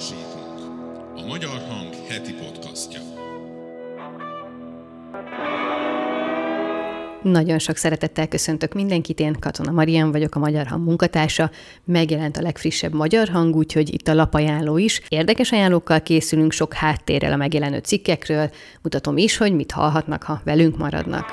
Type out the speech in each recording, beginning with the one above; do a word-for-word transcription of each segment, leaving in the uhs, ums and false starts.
Hangosítunk, a Magyar Hang heti podcastja. Nagyon sok szeretettel köszöntök mindenkit, én Katona Marian vagyok, a Magyar Hang munkatársa. Megjelent a legfrissebb Magyar Hang, úgyhogy itt a lapajánló is. Érdekes ajánlókkal készülünk, sok háttérrel a megjelenő cikkekről. Mutatom is, hogy mit hallhatnak, ha velünk maradnak.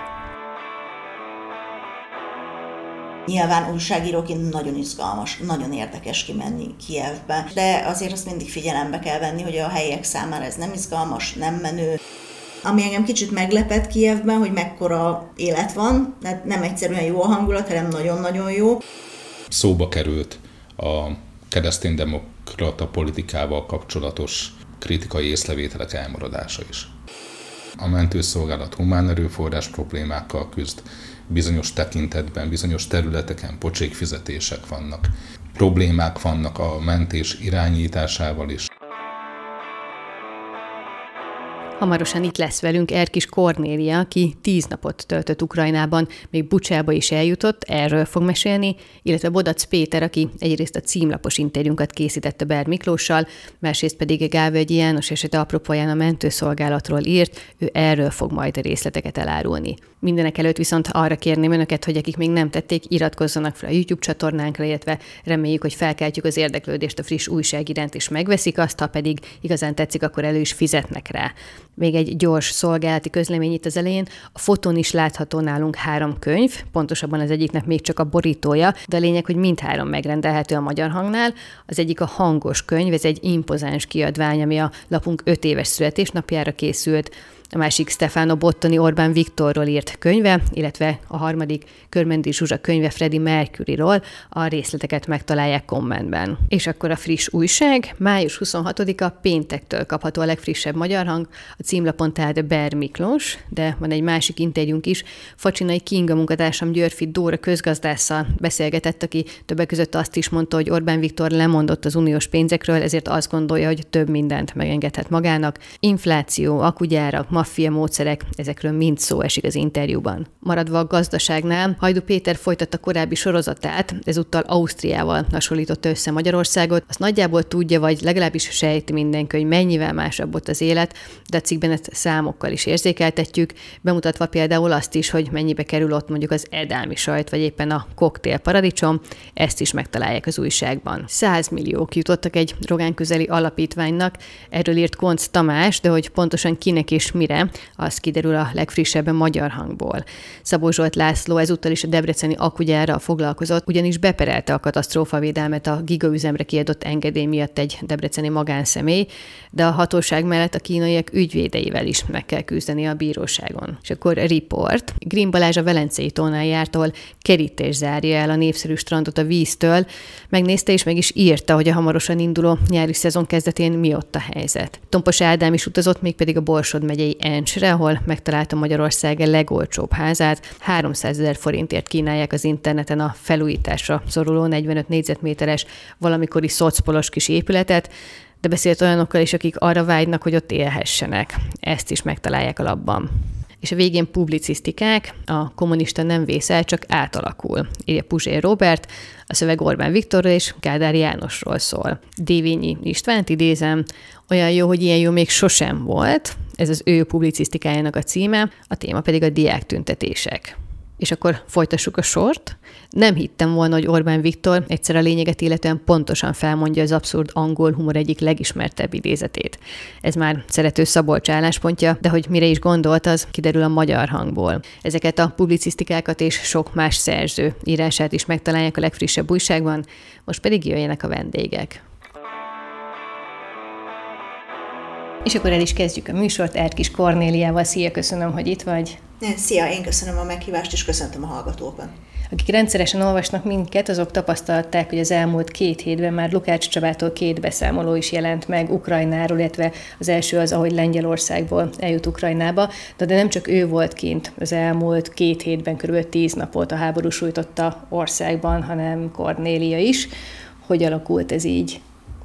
Nyilván újságíróként nagyon izgalmas, nagyon érdekes kimenni Kijevbe, de azért azt mindig figyelembe kell venni, hogy a helyiek számára ez nem izgalmas, nem menő. Ami engem kicsit meglepett Kijevben, hogy mekkora élet van, tehát nem egyszerűen jó a hangulat, hanem nagyon-nagyon jó. Szóba került a kereszténydemokrata politikával kapcsolatos kritikai észrevételek elmaradása is. A mentőszolgálat humán erőforrás problémákkal küzd, bizonyos tekintetben, bizonyos területeken pocsékfizetések vannak, problémák vannak a mentés irányításával is. Hamarosan itt lesz velünk Erkis Kornélia, aki tíz napot töltött Ukrajnában, még Bucsába is eljutott, erről fog mesélni, illetve Bodac Péter, aki egyrészt a címlapos interjúnkat készítette Ber Miklóssal, másrészt pedig Gálvölgyi János esete apropóján a mentőszolgálatról írt, ő erről fog majd a részleteket elárulni. Mindenek előtt viszont arra kérném önöket, hogy akik még nem tették, iratkozzanak fel a YouTube csatornánkra, illetve reméljük, hogy felkeltjük az érdeklődést a friss újság iránt, és megveszik azt, ha pedig igazán tetszik, akkor elő is fizetnek rá. Még egy gyors szolgálati közlemény itt az elején. A fotón is látható nálunk három könyv, pontosabban az egyiknek még csak a borítója, de a lényeg, hogy mindhárom megrendelhető a Magyar Hangnál. Az egyik a Hangos könyv, ez egy impozáns kiadvány, ami a lapunk öt éves születésnapjára készült. A másik Stefano Bottoni Orbán Viktorról írt könyve, illetve a harmadik Körmendi Zsuzsa könyve Freddie Mercuryról, a részleteket megtalálják kommentben. És akkor a friss újság, május huszonhatodika péntektől kapható a legfrissebb Magyar Hang, a címlapon tehát Ber Miklós, de van egy másik interjúnk is, Facsinai Kinga munkatársam Györfi Dóra közgazdásszal beszélgetett, aki többek között azt is mondta, hogy Orbán Viktor lemondott az uniós pénzekről, ezért azt gondolja, hogy több mindent megengedhet magának. Infláció, akugyárak, maffia módszerek, ezekről mind szó esik az interjúban. Maradva a gazdaságnál, Hajdú Péter folytatta korábbi sorozatát, ezúttal Ausztriával hasonlította össze Magyarországot. Azt nagyjából tudja, vagy legalábbis sejti mindenki, hogy mennyivel másabb ott az élet, de a cikkben ezt számokkal is érzékeltetjük, bemutatva például azt is, hogy mennyibe kerül ott mondjuk az edálmi sajt, vagy éppen a koktélparadicsom, ezt is megtalálják az újságban. száz milliók jutottak egy Rogán közeli alapítványnak, erről írt Koncz Tamás, de hogy pontosan kinek és mire, az kiderül a legfrissebb Magyar Hangból. Szabó Zsolt László ezúttal is a debreceni akugyárral foglalkozott, ugyanis beperelte a katasztrófavédelmet a gigaüzemre kiadott engedély miatt egy debreceni magánszemély, de a hatóság mellett a kínaiak ügyvédeivel is meg kell küzdeni a bíróságon. És akkor Report. Green Balázs a Velencei tónál járt, ahol kerítés zárja el a népszerű strandot a víztől, megnézte és meg is írta, hogy a hamarosan induló nyári szezon kezdetén mi ott a helyzet. Tompos Ádám is utazott, mégpedig a Borsod megyei Encsre, ahol megtalálta Magyarország legolcsóbb házát. háromszázezer forintért kínálják az interneten a felújításra szoruló negyvenöt négyzetméteres valamikori szocpolos kis épületet, de beszélt olyanokkal is, akik arra vágynak, hogy ott élhessenek. Ezt is megtalálják a lapban. És a végén publicisztikák, a kommunista nem vészel, csak átalakul, írja Puzsér Róbert, a szöveg Orbán Viktorról és Kádár Jánosról szól. Dévényi Istvánt idézem, olyan jó, hogy ilyen jó még sosem volt, ez az ő publicisztikájának a címe, a téma pedig a diáktüntetések. És akkor folytassuk a sort. Nem hittem volna, hogy Orbán Viktor egyszer a lényeget illetően pontosan felmondja az abszurd angol humor egyik legismertebb idézetét. Ez már Szerető Szabolcs álláspontja, de hogy mire is gondolt, az kiderül a Magyar Hangból. Ezeket a publicisztikákat és sok más szerző írását is megtalálják a legfrissebb újságban, most pedig jöjjenek a vendégek. És akkor el is kezdjük a műsort Erkis Kornéliával. Szia, köszönöm, hogy itt vagy. Szia, én köszönöm a meghívást, és köszöntöm a hallgatókat. Akik rendszeresen olvasnak minket, azok tapasztalták, hogy az elmúlt két hétben már Lukács Csabától két beszámoló is jelent meg Ukrajnáról, illetve az első az, ahogy Lengyelországból eljut Ukrajnába, de, de nem csak ő volt kint az elmúlt két hétben, körülbelül tíz napot a háború sújtotta országban, hanem Kornélia is. Hogy alakult ez így?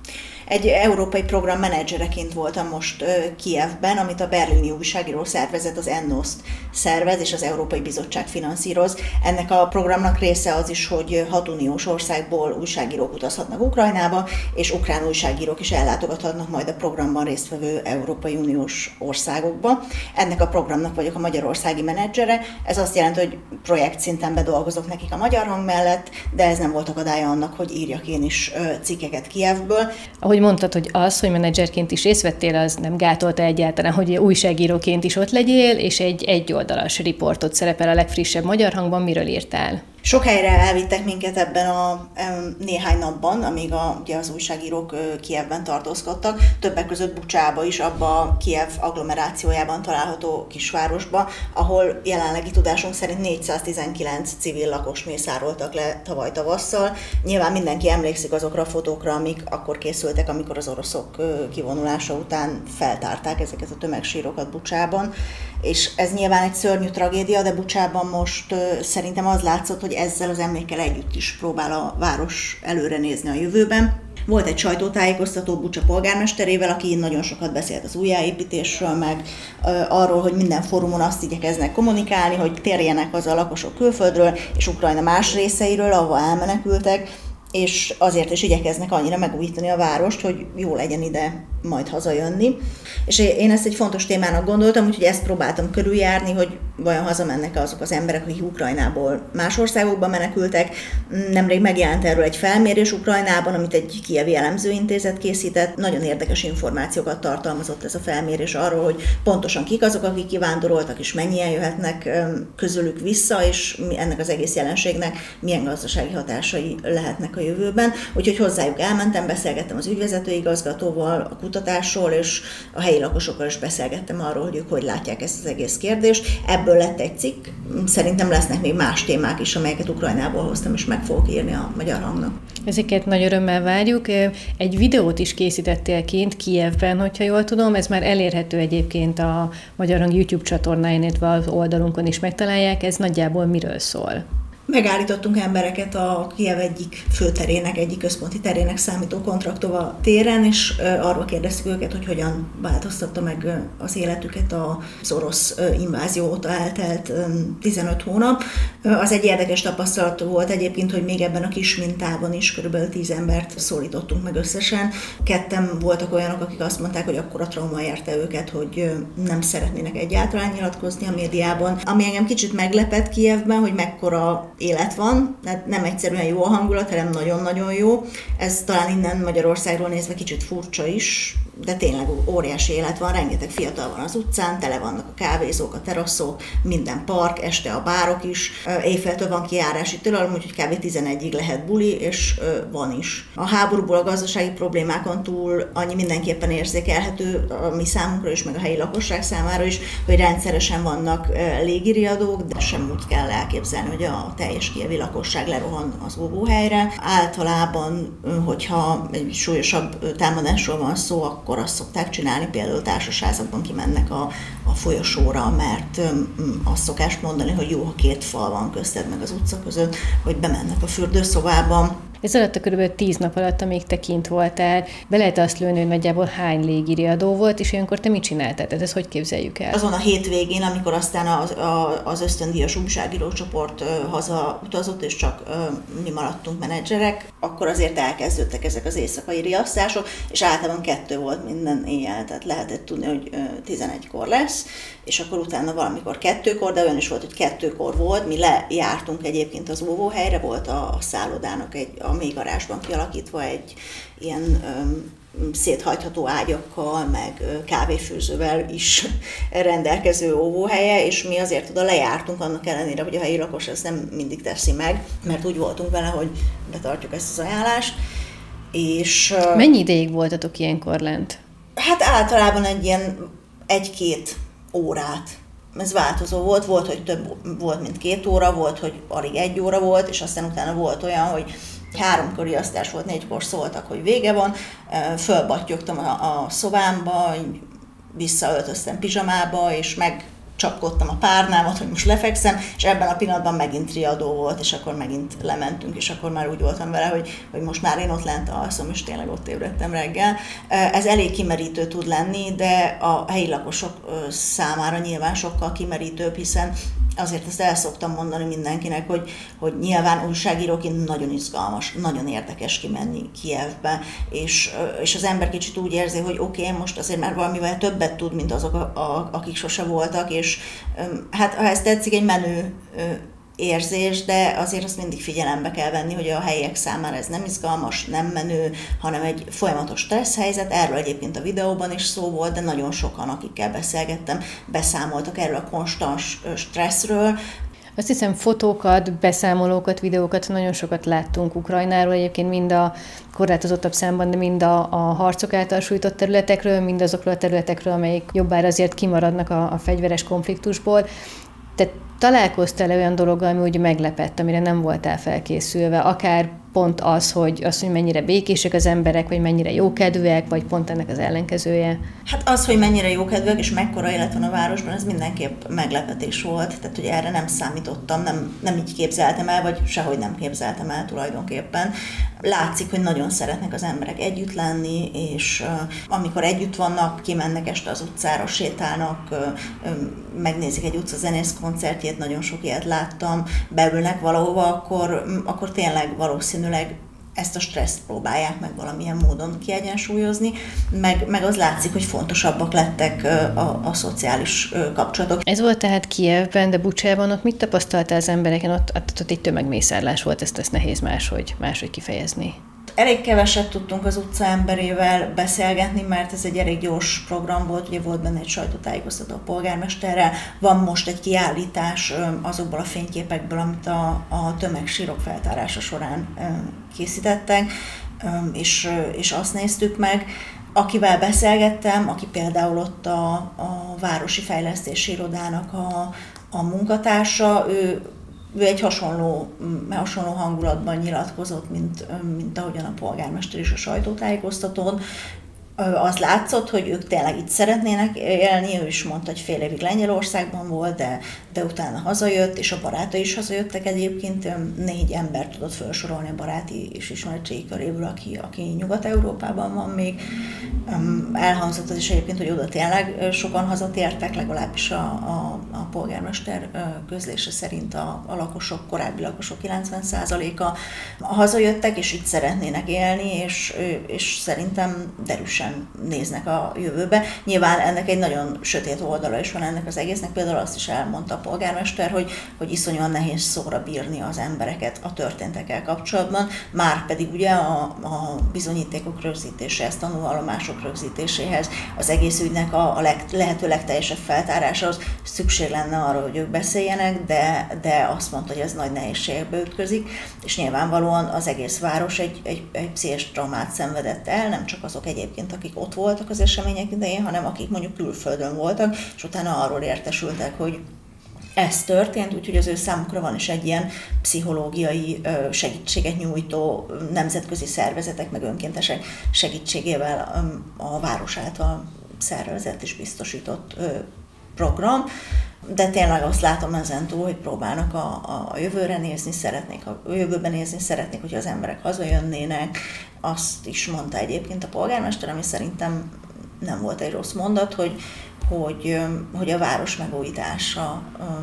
Egy európai program menedzsereként voltam most Kijevben, amit a berlini újságíró szervezet, az ENNOSZT szervez, és az Európai Bizottság finanszíroz. Ennek a programnak része az is, hogy hat uniós országból újságírók utazhatnak Ukrajnába, és ukrán újságírók is ellátogathatnak majd a programban résztvevő Európai Uniós országokba. Ennek a programnak vagyok a magyarországi menedzsere. Ez azt jelenti, hogy projekt szinten bedolgozok nekik a Magyar Hang mellett, de ez nem volt akadálya annak, hogy írjak én is cikkeket Kijevből. Ahogy mondtad, hogy az, hogy menedzserként is részt vettél, az nem gátolta egyáltalán, hogy újságíróként is ott legyél, és egy egyoldalas riportot szerepel a legfrissebb Magyar Hangban. Miről írtál? Sok helyre elvittek minket ebben a néhány napban, amíg a, ugye az újságírók Kijevben tartózkodtak, többek között Bucsába is, abba a Kijev agglomerációjában található kisvárosba, ahol jelenlegi tudásunk szerint négyszáztizenkilenc civil lakost mészároltak le tavaly tavasszal. Nyilván mindenki emlékszik azokra a fotókra, amik akkor készültek, amikor az oroszok kivonulása után feltárták ezeket a tömegsírokat Bucsában. És ez nyilván egy szörnyű tragédia, de Bucsában most szerintem az látszott, hogy ezzel az emlékkel együtt is próbál a város előre nézni a jövőben. Volt egy sajtótájékoztató Bucsa polgármesterével, aki nagyon sokat beszélt az újjáépítésről, meg arról, hogy minden fórumon azt igyekeznek kommunikálni, hogy térjenek haza a lakosok külföldről és Ukrajna más részeiről, ahova elmenekültek, és azért is igyekeznek annyira megújítani a várost, hogy jó legyen ide majd hazajönni. És én ezt egy fontos témának gondoltam, úgyhogy ezt próbáltam körüljárni, hogy vajon hazamennek azok az emberek, akik Ukrajnából más országokba menekültek. Nemrég megjelent erről egy felmérés Ukrajnában, amit egy kijevi elemzőintézet készített. Nagyon érdekes információkat tartalmazott ez a felmérés arról, hogy pontosan kik azok, akik kivándoroltak, és mennyien jöhetnek közülük vissza, és ennek az egész jelenségnek milyen gazdasági hatásai lehetnek a jövőben. Úgyhogy hozzájuk elmentem, beszélgettem az ügyvezetőigazgatóval, a kutatásról, és a helyi lakosokkal is beszélgettem arról, hogy ők hogy látják ezt az egész kérdést. Ebből lett egy cikk. Szerintem lesznek még más témák is, amelyeket Ukrajnából hoztam, és meg fogok írni a Magyar Hangnak. Ezeket nagy örömmel várjuk. Egy videót is készítettél kint Kijevben, hogyha jól tudom. Ez már elérhető egyébként a Magyar Hang YouTube csatornáján, illetve az oldalunkon is megtalálják. Ez nagyjából miről szól? Megállítottunk embereket a Kijev egyik főterének, egyik központi terének számító Kontraktova téren, és arról kérdeztük őket, hogy hogyan változtatta meg az életüket az orosz invázió óta eltelt tizenöt hónap. Az egy érdekes tapasztalat volt egyébként, hogy még ebben a kis mintában is körülbelül tíz embert szólítottunk meg összesen. Ketten voltak olyanok, akik azt mondták, hogy akkora trauma érte őket, hogy nem szeretnének egyáltalán nyilatkozni a médiában. Ami engem kicsit meglepett Kijevben, hogy mekkora élet van, tehát nem egyszerűen jó a hangulat, hanem nagyon-nagyon jó. Ez talán innen Magyarországról nézve kicsit furcsa is, de tényleg óriási élet van, rengeteg fiatal van az utcán, tele vannak a kávézók, a teraszok, minden park, este a bárok is, éjféltől van kijárási tilalom, úgyhogy kb. tizenegyig lehet buli, és van is. A háborúból, a gazdasági problémákon túl annyi mindenképpen érzékelhető a mi számunkra is, meg a helyi lakosság számára is, hogy rendszeresen vannak légiriadók, de sem úgy kell elképzelni, hogy a teljes kijevi lakosság lerohan az óvóhelyre. Általában, hogyha egy súlyosabb támadásról van szó, akkor azt szokták csinálni, például társasházakban kimennek a, a folyosóra, mert um, azt szokást mondani, hogy jó, ha két fal van közted meg az utca között, hogy bemennek a fürdőszobába. Ez alatt a kb. tíz nap alatt, amíg te kint voltál, be lehet azt lőni, hogy nagyjából hány légiriadó volt, és ilyenkor te mit csináltál? Tehát ezt hogy képzeljük el? Azon a hétvégén, amikor aztán az, az ösztöndíjas újságírócsoport haza utazott, és csak mi maradtunk menedzserek, akkor azért elkezdődtek ezek az éjszakai riasztások, és általában kettő volt minden éjjel, tehát lehetett tudni, hogy tizenegykor lesz, és akkor utána valamikor kettőkor, de olyan is volt, hogy kettőkor volt, mi lejártunk egyébként az óvóhelyre, volt a szállodának egy, a mélygarázsban kialakítva egy ilyen öm, széthajtható ágyakkal, meg kávéfőzővel is rendelkező óvóhelye, és mi azért oda lejártunk annak ellenére, hogy a helyi lakos ezt nem mindig teszi meg, mert úgy voltunk vele, hogy betartjuk ezt az ajánlást. És, mennyi ideig voltatok ilyenkor lent? Hát általában egy ilyen egy-két órát. Ez változó volt, volt, hogy több volt, mint két óra, volt, hogy alig egy óra volt, és aztán utána volt olyan, hogy háromkor riasztás volt, négykor szóltak, hogy vége van, fölbattyogtam a, a szobámba, visszaöltöztem pizsamába, és meg csapkodtam a párnámat, hogy most lefekszem, és ebben a pillanatban megint riadó volt, és akkor megint lementünk, és akkor már úgy voltam vele, hogy, hogy most már én ott lent alszom, és tényleg ott ébredtem reggel. Ez elég kimerítő tud lenni, de a helyi lakosok számára nyilván sokkal kimerítőbb, hiszen azért ezt el szoktam mondani mindenkinek, hogy, hogy nyilván újságíróként nagyon izgalmas, nagyon érdekes kimenni Kijevbe, és, és az ember kicsit úgy érzi, hogy oké, okay, most azért már valamivel többet tud, mint azok, a, a, akik sose voltak, és hát ha ezt tetszik, egy menő érzés, de azért azt mindig figyelembe kell venni, hogy a helyiek számára ez nem izgalmas, nem menő, hanem egy folyamatos stressz helyzet. Erről egyébként a videóban is szó volt, de nagyon sokan, akikkel beszélgettem, beszámoltak erről a konstans stresszről. Azt hiszem, fotókat, beszámolókat, videókat nagyon sokat láttunk Ukrajnáról, egyébként mind a korlátozottabb számban, de mind a, a harcok által sújtott területekről, mind azokról a területekről, amelyik jobbára azért kimaradnak a, a fegyveres konfliktusból. Te találkoztál olyan dologgal, ami úgy meglepett, amire nem voltál felkészülve, akár pont az, hogy, az, hogy mennyire békések az emberek, vagy mennyire jókedvűek, vagy pont ennek az ellenkezője? Hát az, hogy mennyire jókedvűek, és mekkora élet van a városban, ez mindenképp meglepetés volt. Tehát, hogy erre nem számítottam, nem, nem így képzeltem el, vagy sehogy nem képzeltem el tulajdonképpen. Látszik, hogy nagyon szeretnek az emberek együtt lenni, és uh, amikor együtt vannak, kimennek este az utcára, sétálnak, uh, uh, megnézik egy utcazenész koncertjét, nagyon sok ilyet láttam, beülnek valahova, akkor, akkor tényleg valószínűleg ezt a stresszt próbálják meg valamilyen módon kiegyensúlyozni, meg, meg az látszik, hogy fontosabbak lettek a, a, a szociális kapcsolatok. Ez volt tehát Kijevben, de Bucsában ott mit tapasztaltál az embereken? Ott, ott, ott egy tömegmészárlás volt, ezt, ezt nehéz máshogy, máshogy kifejezni. Elég keveset tudtunk az utca emberével beszélgetni, mert ez egy elég gyors program volt, ugye volt benne egy sajtótájékoztató a polgármesterrel, van most egy kiállítás azokból a fényképekből, amit a, a tömegsírok feltárása során készítettek, és, és azt néztük meg. Akivel beszélgettem, aki például ott a, a Városi Fejlesztési Irodának a, a munkatársa, ő Ő egy hasonló, hasonló hangulatban nyilatkozott, mint, mint ahogyan a polgármester is a sajtótájékoztatón. Az látszott, hogy ők tényleg itt szeretnének élni, ő is mondta, hogy fél évig Lengyelországban volt, de, de utána hazajött, és a barátai is hazajöttek egyébként. Négy ember tudott felsorolni a baráti és ismeretségi köréből, aki, aki Nyugat-Európában van még. Elhangzott az is egyébként, hogy oda tényleg sokan hazatértek, legalábbis a, a, a polgármester közlése szerint a, a lakosok, korábbi lakosok kilencven százaléka hazajöttek, és itt szeretnének élni, és, és szerintem derűsen néznek a jövőbe. Nyilván ennek egy nagyon sötét oldala is van ennek az egésznek, például azt is elmondta a polgármester, hogy, hogy iszonyúan nehéz szóra bírni az embereket a történtekkel kapcsolatban, már pedig ugye a, a bizonyítékok rögzítéséhez, tanúvallomások rögzítéséhez, az egész ügynek a, a leg, lehető legteljesebb feltárásához szükség lenne arra, hogy ők beszéljenek, de, de azt mondta, hogy ez nagy nehézségekbe ütközik, és nyilvánvalóan az egész város egy, egy, egy pszichés traumát szenvedett el, nem csak azok egyébként, akik ott voltak az események idején, hanem akik mondjuk külföldön voltak, és utána arról értesültek, hogy ez történt, úgyhogy az ő számukra van is egy ilyen pszichológiai segítséget nyújtó nemzetközi szervezetek, meg önkéntesek segítségével a város által szervezett és biztosított program. De tényleg azt látom ezentúl, hogy próbálnak a, a jövőre nézni, szeretnék, a jövőben nézni, szeretnék, hogy az emberek hazajönnének. Azt is mondta egyébként a polgármester, ami szerintem nem volt egy rossz mondat, hogy, hogy, hogy a város megújítása,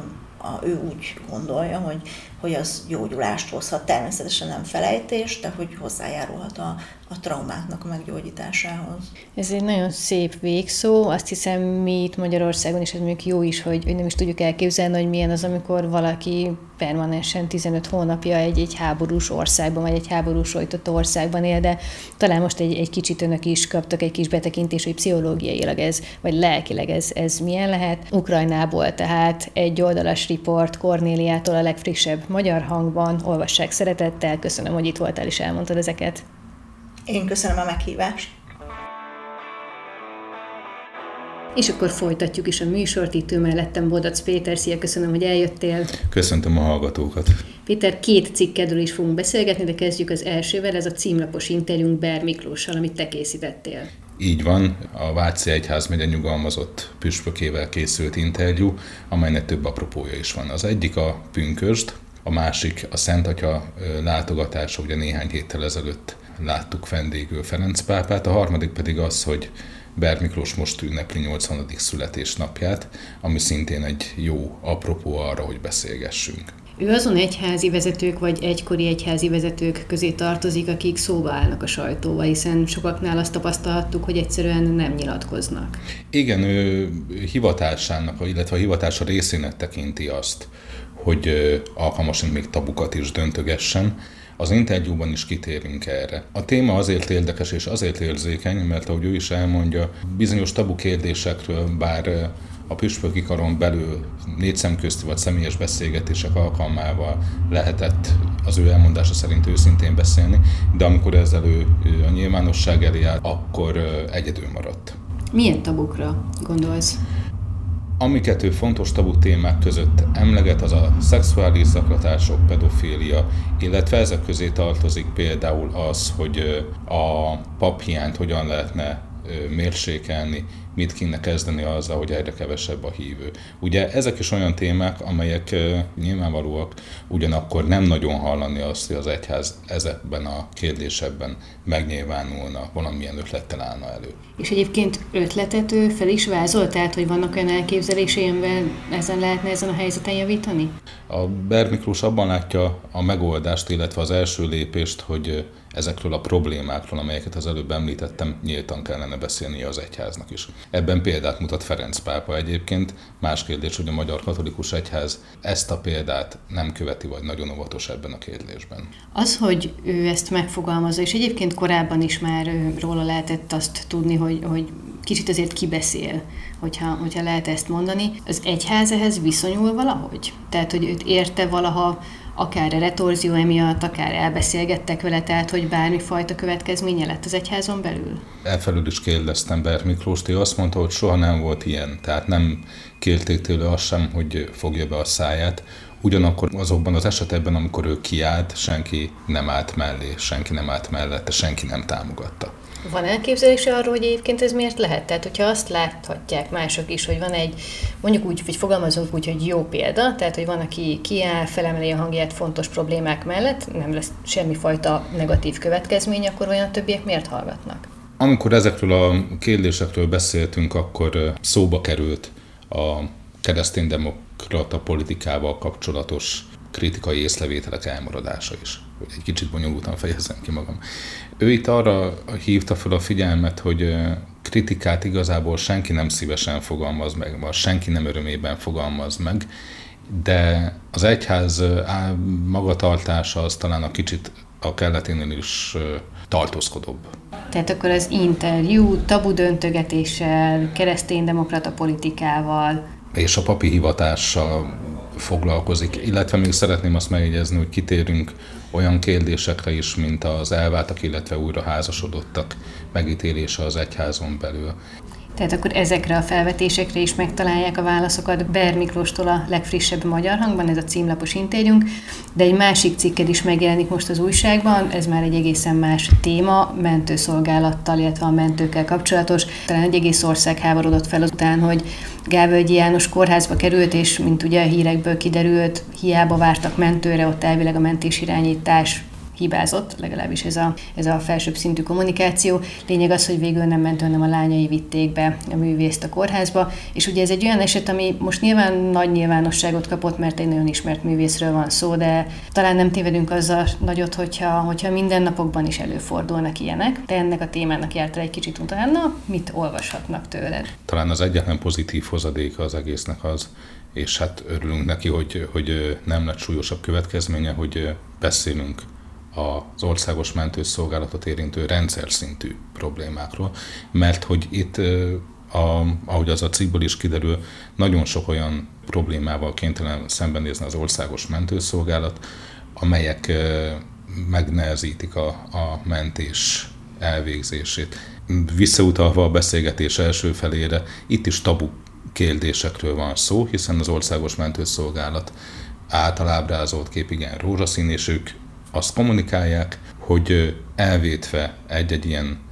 a, ő úgy gondolja, hogy, hogy az gyógyulást hozhat, természetesen nem felejtés, de hogy hozzájárulhat a, a traumáknak a meggyógyításához. Ez egy nagyon szép végszó. Azt hiszem, mi itt Magyarországon is, ez mondjuk jó is, hogy, hogy nem is tudjuk elképzelni, hogy milyen az, amikor valaki permanensen tizenöt hónapja egy, egy háborús országban, vagy egy háborús sújtott országban él, de talán most egy, egy kicsit önök is kaptak egy kis betekintést, hogy pszichológiailag ez, vagy lelkileg ez, ez milyen lehet. Ukrajnából tehát egy oldalas riport Kornéliától a legfrissebb magyar hangban. Olvassák szeretettel. Köszönöm, hogy itt voltál és elmondtad ezeket. Én köszönöm a meghívást. És akkor folytatjuk is a műsort. Itt ő mellettem Bodac Péter. Szia, köszönöm, hogy eljöttél. Köszöntöm a hallgatókat. Péter, két cikkedről is fogunk beszélgetni, de kezdjük az elsővel. Ez a címlapos interjúnk Ber Miklóssal, amit te készítettél. Így van, a Váci Egyházmegye nyugalmazott püspökével készült interjú, amelynek több apropója is van. Az egyik a pünkösd, a másik a Szent Atya látogatása, ugye néhány héttel ezelőtt láttuk vendégül Ferenc pápát, a harmadik pedig az, hogy Berr Miklós most ünnepli nyolcvanadik születésnapját, ami szintén egy jó apropó arra, hogy beszélgessünk. Ő azon egyházi vezetők, vagy egykori egyházi vezetők közé tartozik, akik szóba állnak a sajtóval, hiszen sokaknál azt tapasztalhattuk, hogy egyszerűen nem nyilatkoznak. Igen, ő hivatásának, illetve a hivatása részének tekinti azt, hogy alkalmasint még tabukat is döntögessen. Az interjúban is kitérünk erre. A téma azért érdekes és azért érzékeny, mert ahogy ő is elmondja, bizonyos tabu kérdésekről, bár a püspöki karon belül négy szemközti vagy személyes beszélgetések alkalmával lehetett az ő elmondása szerint őszintén beszélni, de amikor ezzel ő a nyilvánosság elé állt, akkor egyedül maradt. Milyen tabukra gondolsz? Amiket ő fontos tabu témák között emleget, az a szexuális zaklatások, pedofília, illetve ezek közé tartozik például az, hogy a paphiányt hogyan lehetne mérsékelni, mit kéne kezdeni azzal, hogy egyre kevesebb a hívő. Ugye ezek is olyan témák, amelyek nyilvánvalóak, ugyanakkor nem nagyon hallani azt, hogy az egyház ezekben a kérdésekben megnyilvánulna, valamilyen ötlettel állna elő. És egyébként ötletet ő fel is vázolt, tehát hogy vannak olyan elképzelései, amiben ezen lehetne ezen a helyzeten javítani? A Berr Miklós abban látja a megoldást, illetve az első lépést, hogy ezekről a problémákról, amelyeket az előbb említettem, nyíltan kellene beszélnie az egyháznak is. Ebben példát mutat Ferenc pápa egyébként. Más kérdés, hogy a Magyar Katolikus Egyház ezt a példát nem követi, vagy nagyon óvatos ebben a kérdésben. Az, hogy ő ezt megfogalmazza, és egyébként korábban is már róla lehetett azt tudni, hogy, hogy kicsit azért kibeszél, hogyha, hogyha lehet ezt mondani. Az egyház ehhez viszonyul valahogy? Tehát, hogy őt érte valaha akár a retorzió emiatt, akár elbeszélgettek vele, tehát hogy bármifajta következménye lett az egyházon belül? Elfelül is kérdeztem Berr Miklóst, ő azt mondta, hogy soha nem volt ilyen, tehát nem kérték tőle azt sem, hogy fogja be a száját. Ugyanakkor azokban az esetekben, amikor ő kiállt, senki nem állt mellé, senki nem állt mellette, senki nem támogatta. Van elképzelése arról, hogy egyébként ez miért lehet? Tehát, hogyha azt láthatják mások is, hogy van egy, mondjuk úgy, hogy fogalmazunk úgy, hogy jó példa, tehát, hogy van, aki kiáll, felemeli a hangját fontos problémák mellett, nem lesz semmifajta negatív következmény, akkor olyan többiek miért hallgatnak? Amikor ezekről a kérdésekről beszéltünk, akkor szóba került a kereszténydemokrata politikával kapcsolatos kritikai észrevételek elmaradása is. Hogy egy kicsit bonyolultan fejezem ki magam. Ő itt arra hívta fel a figyelmet, hogy kritikát igazából senki nem szívesen fogalmaz meg, vagy senki nem örömében fogalmaz meg, de az egyház magatartása az talán a kicsit a kelleténél is tartózkodóbb. Tehát akkor az interjú tabu döntögetéssel, kereszténydemokrata politikával, és a papi hivatással foglalkozik, illetve még szeretném azt megjegyezni, hogy kitérünk olyan kérdésekre is, mint az elváltak, illetve újra házasodottak megítélése az egyházon belül. Tehát akkor ezekre a felvetésekre is megtalálják a válaszokat Berr Miklóstól a legfrissebb Magyar Hangban, ez a címlapos interjúnk, de egy másik cikked is megjelenik most az újságban, ez már egy egészen más téma, mentőszolgálattal, illetve a mentőkkel kapcsolatos. Talán egy egész ország háborodott fel azután, hogy Gálvölgyi János kórházba került, és mint ugye a hírekből kiderült, hiába vártak mentőre, ott elvileg a mentésirányítás hibázott, legalábbis ez a, ez a felsőbb szintű kommunikáció. Lényeg az, hogy végül nem mentő, hanem a lányai vitték be a művészt a kórházba, és ugye ez egy olyan eset, ami most nyilván nagy nyilvánosságot kapott, mert egy nagyon ismert művészről van szó, de talán nem tévedünk azzal nagyot, hogyha, hogyha mindennapokban is előfordulnak ilyenek, de ennek a témának jártál egy kicsit utána, mit olvashatnak tőled? Talán az egyetlen pozitív hozadéka az egésznek az, és hát örülünk neki, hogy, hogy nem lett súlyosabb következménye, hogy beszélünk az országos mentőszolgálatot érintő rendszer szintű problémákról, mert hogy itt, a, ahogy az a cikkből is kiderül, nagyon sok olyan problémával kénytelen szembenézni az országos mentőszolgálat, amelyek megnehezítik a, a mentés elvégzését. Visszautalva a beszélgetés első felére, itt is tabu kérdésekről van szó, hiszen az országos mentőszolgálat által ábrázolt kép igen rózsaszín, és ők azt kommunikálják, hogy elvétve egy-egy ilyen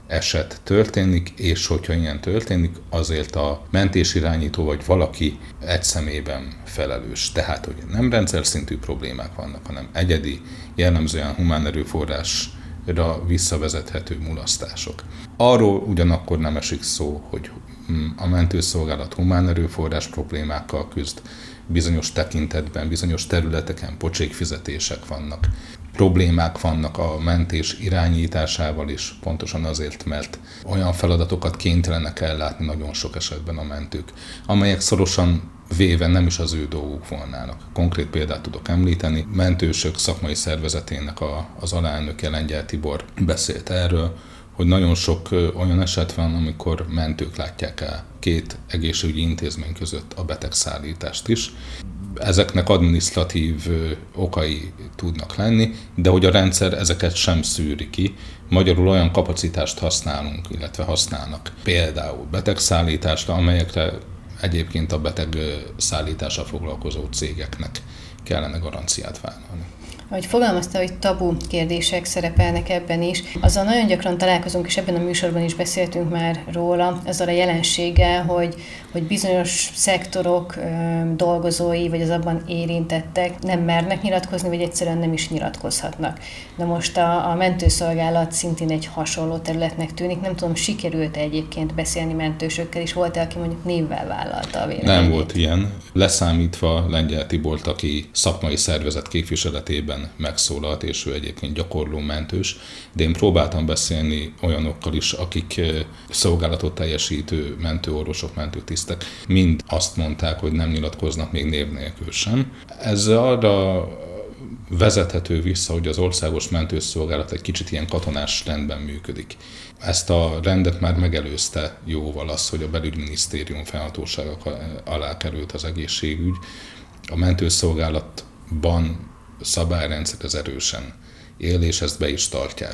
eset történik, és hogyha ilyen történik, azért a mentésirányító vagy valaki egy személyben felelős. Tehát, hogy nem rendszer szintű problémák vannak, hanem egyedi, jellemzően humán erőforrásra visszavezethető mulasztások. Arról ugyanakkor nem esik szó, hogy a mentőszolgálat humán erőforrás problémákkal küzd, bizonyos tekintetben, bizonyos területeken pocsékfizetések vannak, problémák vannak a mentés irányításával is, pontosan azért, mert olyan feladatokat kénytelenek ellátni nagyon sok esetben a mentők, amelyek szorosan véve nem is az ő dolguk volnának. Konkrét példát tudok említeni. Mentősök szakmai szervezetének a, az alelnöke, Lengyel Tibor beszélt erről, hogy nagyon sok olyan eset van, amikor mentők látják el két egészségügyi intézmény között a betegszállítást is. Ezeknek adminisztratív okai tudnak lenni, de hogy a rendszer ezeket sem szűri ki. Magyarul olyan kapacitást használunk, illetve használnak például betegszállításra, amelyekre egyébként a beteg szállítással foglalkozó cégeknek kellene garanciát vállalni. Ahogy fogalmazta, hogy tabu kérdések szerepelnek ebben is, azzal nagyon gyakran találkozunk, és ebben a műsorban is beszéltünk már róla, azzal a jelenséggel, hogy, hogy bizonyos szektorok ö, dolgozói, vagy az abban érintettek nem mernek nyilatkozni, vagy egyszerűen nem is nyilatkozhatnak. Na most a, a mentőszolgálat szintén egy hasonló területnek tűnik. Nem tudom, sikerült-e egyébként beszélni mentősökkel, és volt-e, aki mondjuk névvel vállalta a véleményét? Nem volt ilyen. Leszámítva Lengyel Tibort, aki szakmai szervezet képviseletében megszólalt, és ő egyébként gyakorló mentős, de én próbáltam beszélni olyanokkal is, akik szolgálatot teljesítő mentőorvosok, mentőtisztek, mind azt mondták, hogy nem nyilatkoznak még név nélkül sem. Ez arra vezethető vissza, hogy az országos mentőszolgálat egy kicsit ilyen katonás rendben működik. Ezt a rendet már megelőzte jóval az, hogy a belügyminisztérium fennhatósága alá került az egészségügy. A mentőszolgálatban szabályrendszer ez erősen él, és ezt be is tartják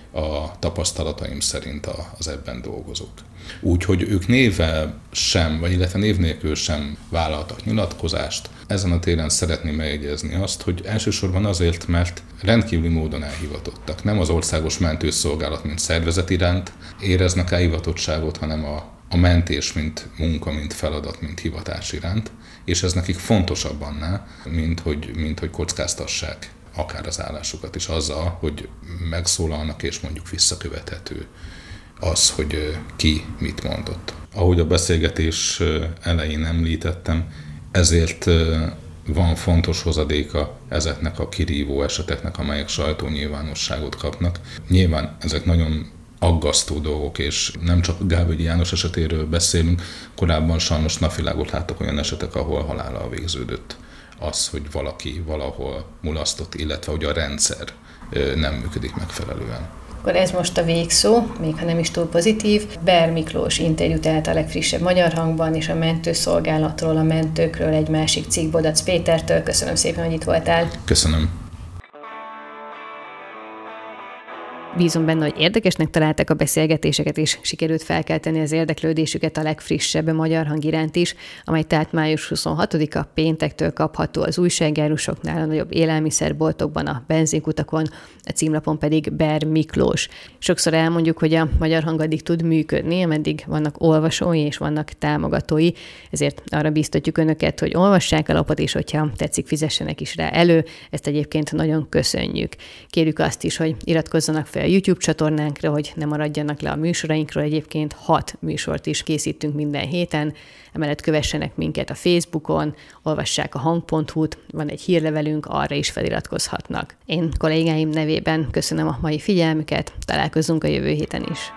a tapasztalataim szerint az ebben dolgozók. Úgyhogy ők névvel sem, vagy illetve név nélkül sem vállaltak nyilatkozást. Ezen a téren szeretném megjegyezni azt, hogy elsősorban azért, mert rendkívüli módon elhivatottak. Nem az országos mentőszolgálat, mint szervezet iránt éreznek elhivatottságot, hanem a, a mentés, mint munka, mint feladat, mint hivatás iránt. És ez nekik fontosabb annál, mint hogy, mint hogy kockáztassák akár az állásukat is azzal, hogy megszólalnak és mondjuk visszakövethető az, hogy ki mit mondott. Ahogy a beszélgetés elején említettem, ezért van fontos hozadéka ezeknek a kirívó eseteknek, amelyek sajtónyilvánosságot kapnak. Nyilván ezek nagyon aggasztó dolgok, és nem csak Gávügyi János esetéről beszélünk, korábban sajnos napvilágot láttak olyan esetek, ahol halállal végződött az, hogy valaki valahol mulasztott, illetve hogy a rendszer nem működik megfelelően. Akkor ez most a végszó, még ha nem is túl pozitív. Ber Miklós interjút állt a legfrissebb Magyar Hangban, és a mentőszolgálatról, a mentőkről egy másik cikk Bodac Pétertől. Köszönöm szépen, hogy itt voltál. Köszönöm. Bízom benne, hogy érdekesnek találták a beszélgetéseket, és sikerült felkelteni az érdeklődésüket a legfrissebb Magyar Hang iránt is, amely tehát május huszonhatodika péntektől kapható az újságárusoknál, a nagyobb élelmiszerboltokban, a benzinkutakon, a címlapon pedig Ber Miklós. Sokszor elmondjuk, hogy a Magyar Hang addig tud működni, ameddig vannak olvasói és vannak támogatói, ezért arra biztatjuk önöket, hogy olvassák a lapot, és hogyha tetszik, fizessenek is rá elő. Ezt egyébként nagyon köszönjük. Kérjük azt is, hogy iratkozzanak fel a YouTube csatornánkra, hogy ne maradjanak le a műsorainkról. Egyébként hat műsort is készítünk minden héten. Emellett kövessenek minket a Facebookon, olvassák a hang pont hu-t, van egy hírlevelünk, arra is feliratkozhatnak. Én kollégáim nevében köszönöm a mai figyelmüket, találkozunk a jövő héten is.